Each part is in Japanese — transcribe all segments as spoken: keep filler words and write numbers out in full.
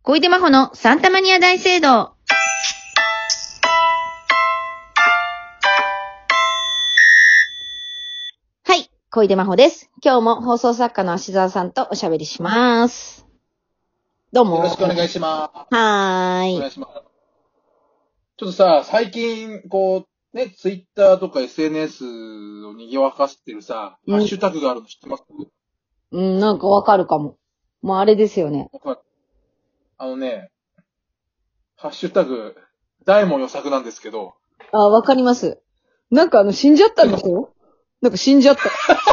小出真帆のサンタマニア大聖堂。はい、小出真帆です。今日も放送作家の芦沢さんとおしゃべりします。どうも。 よろしくお願いします。 はーい。 お願いします。ちょっとさ、最近、こう、ね、ツイッターとか エスエヌエス を賑わかしてるさ、 うんハッシュタグがあるの知ってます？ うん、なんかわかるかも。もうあれですよね。 わかる。あのね、ハッシュタグ、大門予作なんですけど。 あ、わかります。なんかあの、死んじゃったんでしょ？なんか死んじゃった。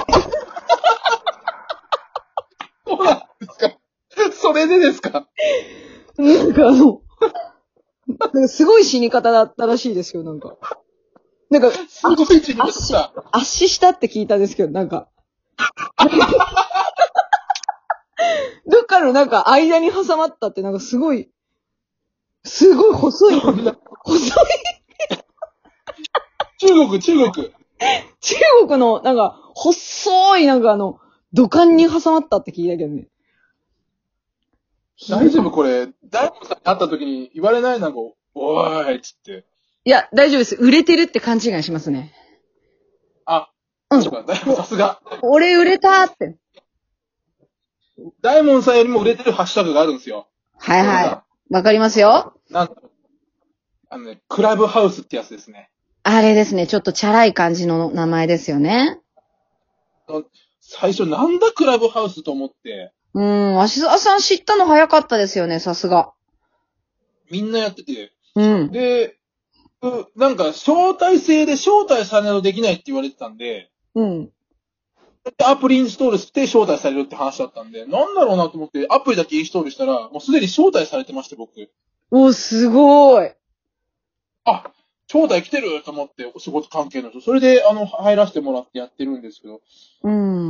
そうなんですか？それでですか？ なんかあの、なんかすごい死に方だったらしいですよ、なんか。なんか、 すごい死にました。 圧死したって聞いたんですけど、なんか。どっかのなんか間に挟まったってなんかすごい、すごい細い。細い。 中国、中国。 中国のなんか細いなんかあの、土管に挟まったって聞いたけどね。 大丈夫これ、大門さんに会った時に言われない？なんか、おーいっつって。 いや、大丈夫です。売れてるって勘違いしますね。 あ、 うん。 そうか、大門さすが。 俺売れたって。 大門さんよりも売れてるハッシュタグがあるんですよ。 はいはい。わかりますよ。 なんか、あのね、クラブハウスってやつですね。 あれですね。ちょっとチャラい感じの名前ですよね。 最初なんだクラブハウスと思って。 うん。芦沢さん知ったの早かったですよね。さすが。 みんなやってて。 うん。 で、うなんか招待制で招待されないとできないって言われてたんで、 うん。 アプリインストールして招待されるって話だったんで、なんだろうなと思ってアプリだけインストールしたら、もうすでに招待されてまして、僕。 お、すごい。 あ、招待来てると思って、お仕事関係の人。それで、あの、入らせてもらってやってるんですけど、 うん。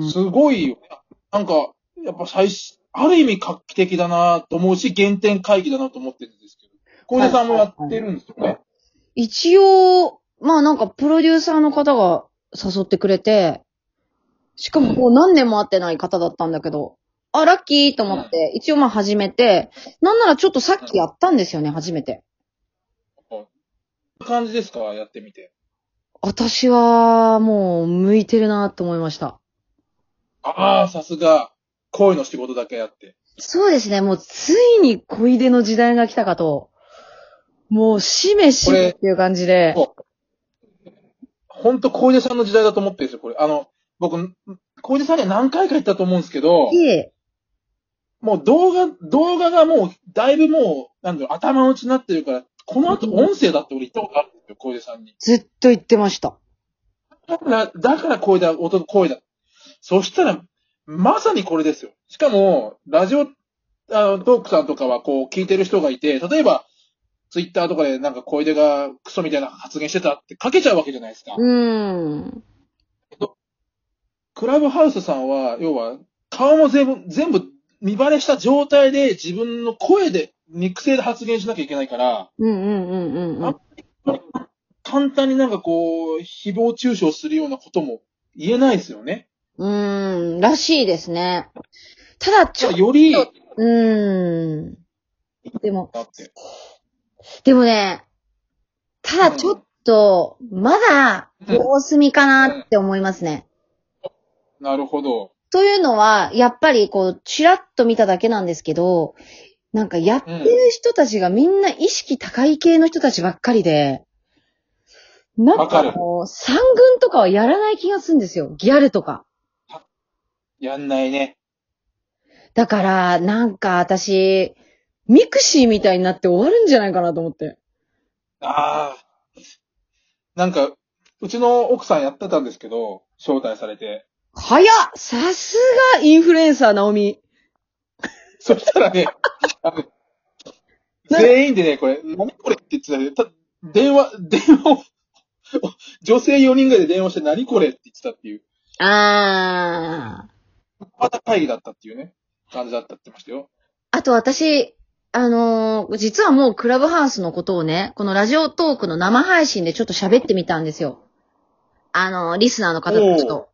すごいよ。なんか、やっぱ最初、ある意味画期的だなと思うし、原点回帰だなと思ってるんですけど。小出さんもやってるんですよね。 一応、まあなんかプロデューサーの方が誘ってくれて、しかもこう何年も会ってない方だったんだけど、あ、ラッキーと思って、一応まあ始めて、なんならちょっとさっきやったんですよね、初めて。 こんな感じですか？やってみて。 私はもう向いてるなと思いました。 ああ、さすが。恋の仕事だけやって。 そうですね、もうついに恋出の時代が来たかと。もうしめしめっていう感じで。 ほんと小出さんの時代だと思ってるんですよ、これ。あの、僕、小出さんには何回か言ったと思うんですけど、 いえ。 もう動画、動画がもう、だいぶもう、なんだろう、頭打ちになってるから、この後音声だって俺言ったことあるんですよ、小出さんに。 ずっと言ってました。 だから、だから声だ、音、声だ。そしたら、まさにこれですよ。しかも、ラジオ、あの、トークさんとかはこう聞いてる人がいて、例えば、ツイッターとかでなんか小出がクソみたいな発言してたって書けちゃうわけじゃないですか。 うーん。 クラブハウスさんは、要は、顔も全部、全部見バレした状態で自分の声で、肉声で発言しなきゃいけないから、 うんうんうんうんうん。 簡単になんかこう、誹謗中傷するようなことも言えないですよね。 うーん、らしいですね。ただ、ちょっと、 より、 うーん。でも、 だって。 でもね、ただちょっと、まだ、様子見かなって思いますね。 なるほど。 というのは、やっぱりこう、ちらっと見ただけなんですけど、なんかやってる人たちがみんな意識高い系の人たちばっかりで、なんかもう、三軍とかはやらない気がするんですよ。ギャルとか。 やんないね。 だから、なんか私、ミクシーみたいになって終わるんじゃないかなと思って。 ああ。なんか、うちの奥さんやってたんですけど、招待されて。 早っさすがインフルエンサー、ナオミ。 そしたらね、あの全員でね、これ、何これって言ってたね。た電話、電話を、女性よにんぐらいで電話して何これって言ってたっていう。 あー。 また会議だったっていうね、感じだったって言ってましたよ。 あと私、あのー、実はもうクラブハウスのことをね、このラジオトークの生配信でちょっと喋ってみたんですよ。あのー、リスナーの方たちと。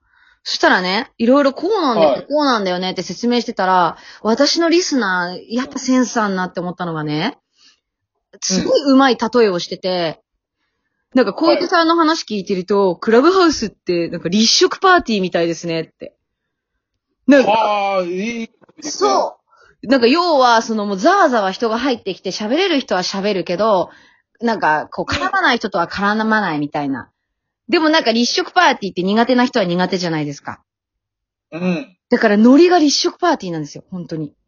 そしたらね、いろいろこうなんだよ、 はいこうなんだよねって説明してたら、私のリスナー、やっぱセンスあんなって思ったのがね、すごい上手い例えをしてて、なんか小池さんの話聞いてると、クラブハウスってなんか立食パーティーみたいですねって。なんか、 はあ、いいですね。 そう。なんか要は、そのもうざわざわ人が入ってきて喋れる人は喋るけど、なんかこう絡まない人とは絡まないみたいな。でもなんか立食パーティーって苦手な人は苦手じゃないですか。 うん。 だからノリが立食パーティーなんですよ、本当に。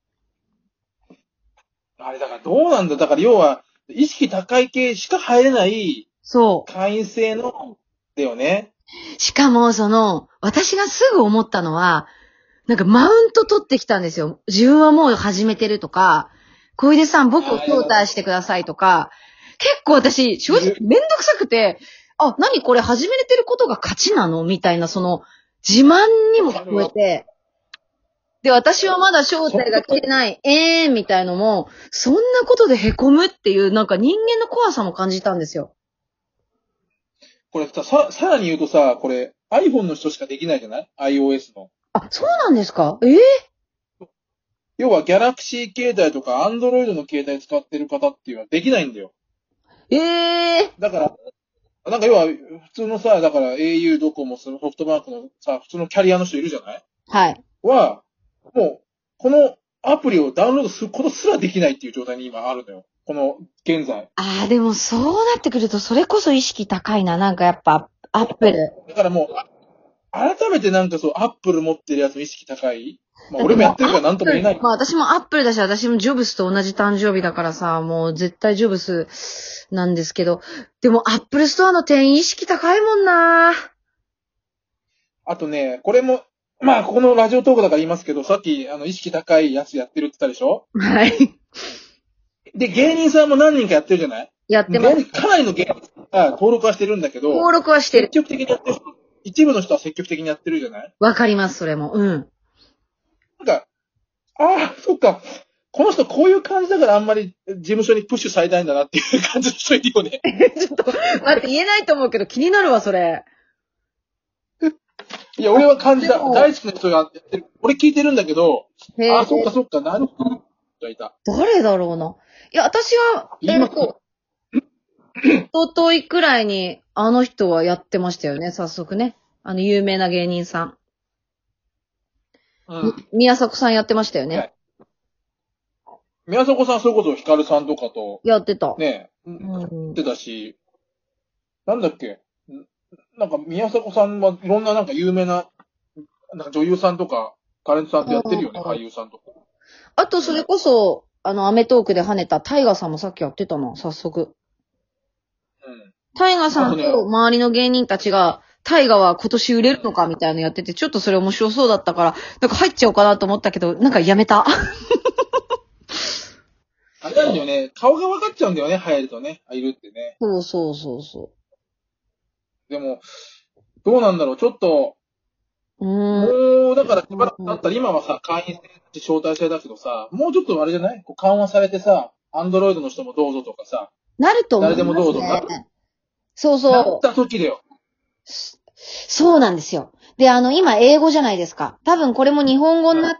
あれだからどうなんだだから要は、意識高い系しか入れないそ会員制の、だよね。 う。しかも、その、私がすぐ思ったのは、なんかマウント取ってきたんですよ。自分はもう始めてるとか、小出さん僕を招待してくださいとか、結構私、正直めんどくさくて、あ、何これ始めれてることが勝ちなのみたいな、その、自慢にも聞こえて、で、私はまだ正体が来てない、えーんみたいのも、そんなことで凹むっていう、なんか人間の怖さも感じたんですよ。 これさ、さ、さらに言うとさ、これ iPhone の人しかできないじゃない ?iOS の。 あ、そうなんですかえー、 要は Galaxy 携帯とか Android の携帯使ってる方っていうのはできないんだよ。 えー、 だから、なんか要は普通のさ、だから au ドコモ、ソフトバンクのさ、普通のキャリアの人いるじゃないはい。 は、もう、このアプリをダウンロードすることすらできないっていう状態に今あるのよ。この、現在。 ああ、でもそうなってくると、それこそ意識高いな。なんかやっぱ、アップル。 だからもう、改めてなんかそう、アップル持ってるやつの意識高い。まあ俺もやってるからなんとも言えない。 まあ私もアップルだし、私もジョブスと同じ誕生日だからさ、もう絶対ジョブスなんですけど、でもアップルストアの店員意識高いもんな。 あとね、これも、まあここのラジオトークだから言いますけど、さっきあの意識高いやつやってるって言ったでしょはい。 で、芸人さんも何人かやってるじゃないやってます。 芸人かなりの芸人さんが登録はしてるんだけど、 登録はしてる。 積極的にやってる人、一部の人は積極的にやってるじゃないわかります、それも。うん。 なんか、ああ、そっか。この人こういう感じだからあんまり事務所にプッシュされたいんだなっていう感じの人いるよね。 ちょっと、待って、言えないと思うけど気になるわ、それ。 いや、俺は感じた。 でも大好きな人がやってる。俺聞いてるんだけど、 へああ、そっかそっか、なるほど。がいた。 誰だろうな。いや、私は、え今っと、一昨日くらいに、あの人はやってましたよね、早速ね。あの、有名な芸人さん。 うん。 宮迫さんやってましたよね。 はい宮迫さん、それこそヒカルさんとかと、 やってた。 ね、 うんやってたし、なんだっけ、んなんか宮迫さんはいろんななんか有名な、なんか女優さんとか、タレントさんとやってるよね、 うん俳優さんとか。 あと、それこそ、あの、アメトークで跳ねたタイガさんもさっきやってたな、早速。 うん。 タイガさんあとねと周りの芸人たちが、タイガは今年売れるのかみたいなのやってて、ちょっとそれ面白そうだったから、なんか入っちゃおうかなと思ったけど、なんかやめた。 あれなんだよね、顔が分かっちゃうんだよね、入るとね、いるってね。 そうそうそうそでも、どうなんだろう、ちょっと、 う。うーん。 もう、だから、しばらくだったら今はさ、会員制だし招待制だけどさ、もうちょっとあれじゃないこう緩和されてさ、アンドロイドの人もどうぞとかさ、 なると思います、ね。 誰でもどうぞなそうなっそう。 た時だよ。 そうなんですよ。で、あの、今英語じゃないですか。多分これも日本語になって、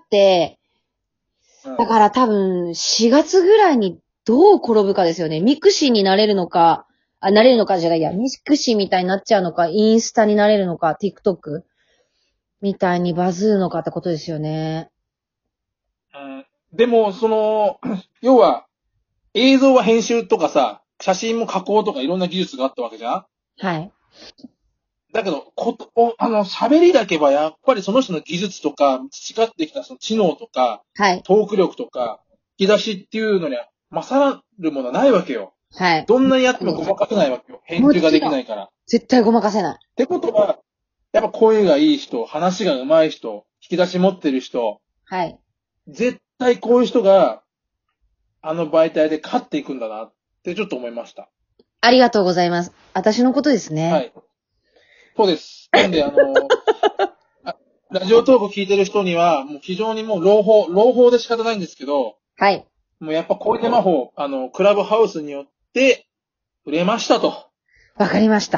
うんだから多分しがつぐらいにどう転ぶかですよね。ミクシーになれるのか、あ、なれるのかじゃないや、ミクシーみたいになっちゃうのか、インスタになれるのか、TikTok みたいにバズるのかってことですよね。 うんでも、その、要は、映像は編集とかさ、写真も加工とかいろんな技術があったわけじゃんはい。 だけど、ことおあの、喋りだけはやっぱりその人の技術とか、培ってきたその知能とか、 はい。 トーク力とか、引き出しっていうのには勝るものはないわけよ。 はい。 どんなにやってもごまかせないわけよ。編集ができないから。っ絶対ごまかせない。 てことは、やっぱ声がいい人、話が上手い人、引き出し持ってる人、 はい。 絶対こういう人が、あの媒体で勝っていくんだなってちょっと思いました。 ありがとうございます。私のことですね。 はい。そうです。なんで、あの、あラジオトーク聞いてる人には、もう非常にもう朗報、朗報で仕方ないんですけど、 はい。 もうやっぱ小池魔法、あの、クラブハウスによって、売れましたと。 わかりました。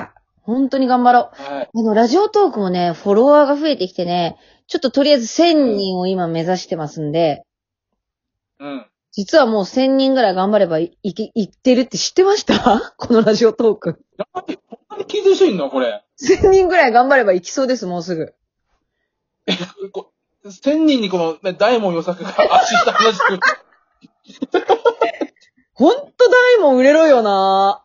本当に頑張ろう。 はい。 あの、ラジオトークもね、フォロワーが増えてきてね、ちょっととりあえずせんにんを今目指してますんで、 うん。 実はもうせんにんぐらい頑張ればい、いけ、いってるって知ってましたこのラジオトーク。 なんで、こんなに聞いてる人いんのこれ。 せんにんぐらい頑張ればいきそうです、もうすぐ。 こ千人にこの、ね、大門予作が圧死した話く。 ほんと大門売れろよな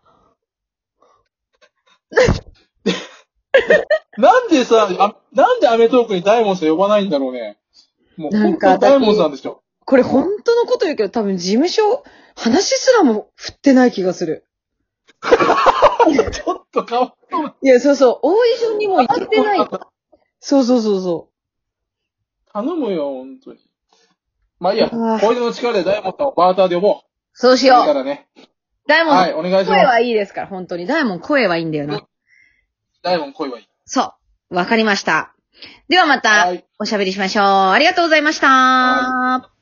なんでさ、あ、なんでアメトークに大門さん呼ばないんだろうね。もう、 なんか本当大門さんでしょ。 これ本当のこと言うけど、多分事務所、話すらも振ってない気がする。 ちょっと変わっいや、そうそう、オーディションにもう行けてない。そうそうそうそ頼むよ、本当に。まあいいや、 うわこういうの力で大門さんをバーターで呼ぼう。 う。そうしいいよう。 からね。 大門、 はい、お願いし声はます。 いいですから、本当に。大門声はいいんだよな。 大門声はいい。 そう。わかりました。ではまたはい。 おしゃべりしましょう。ありがとうございました。 は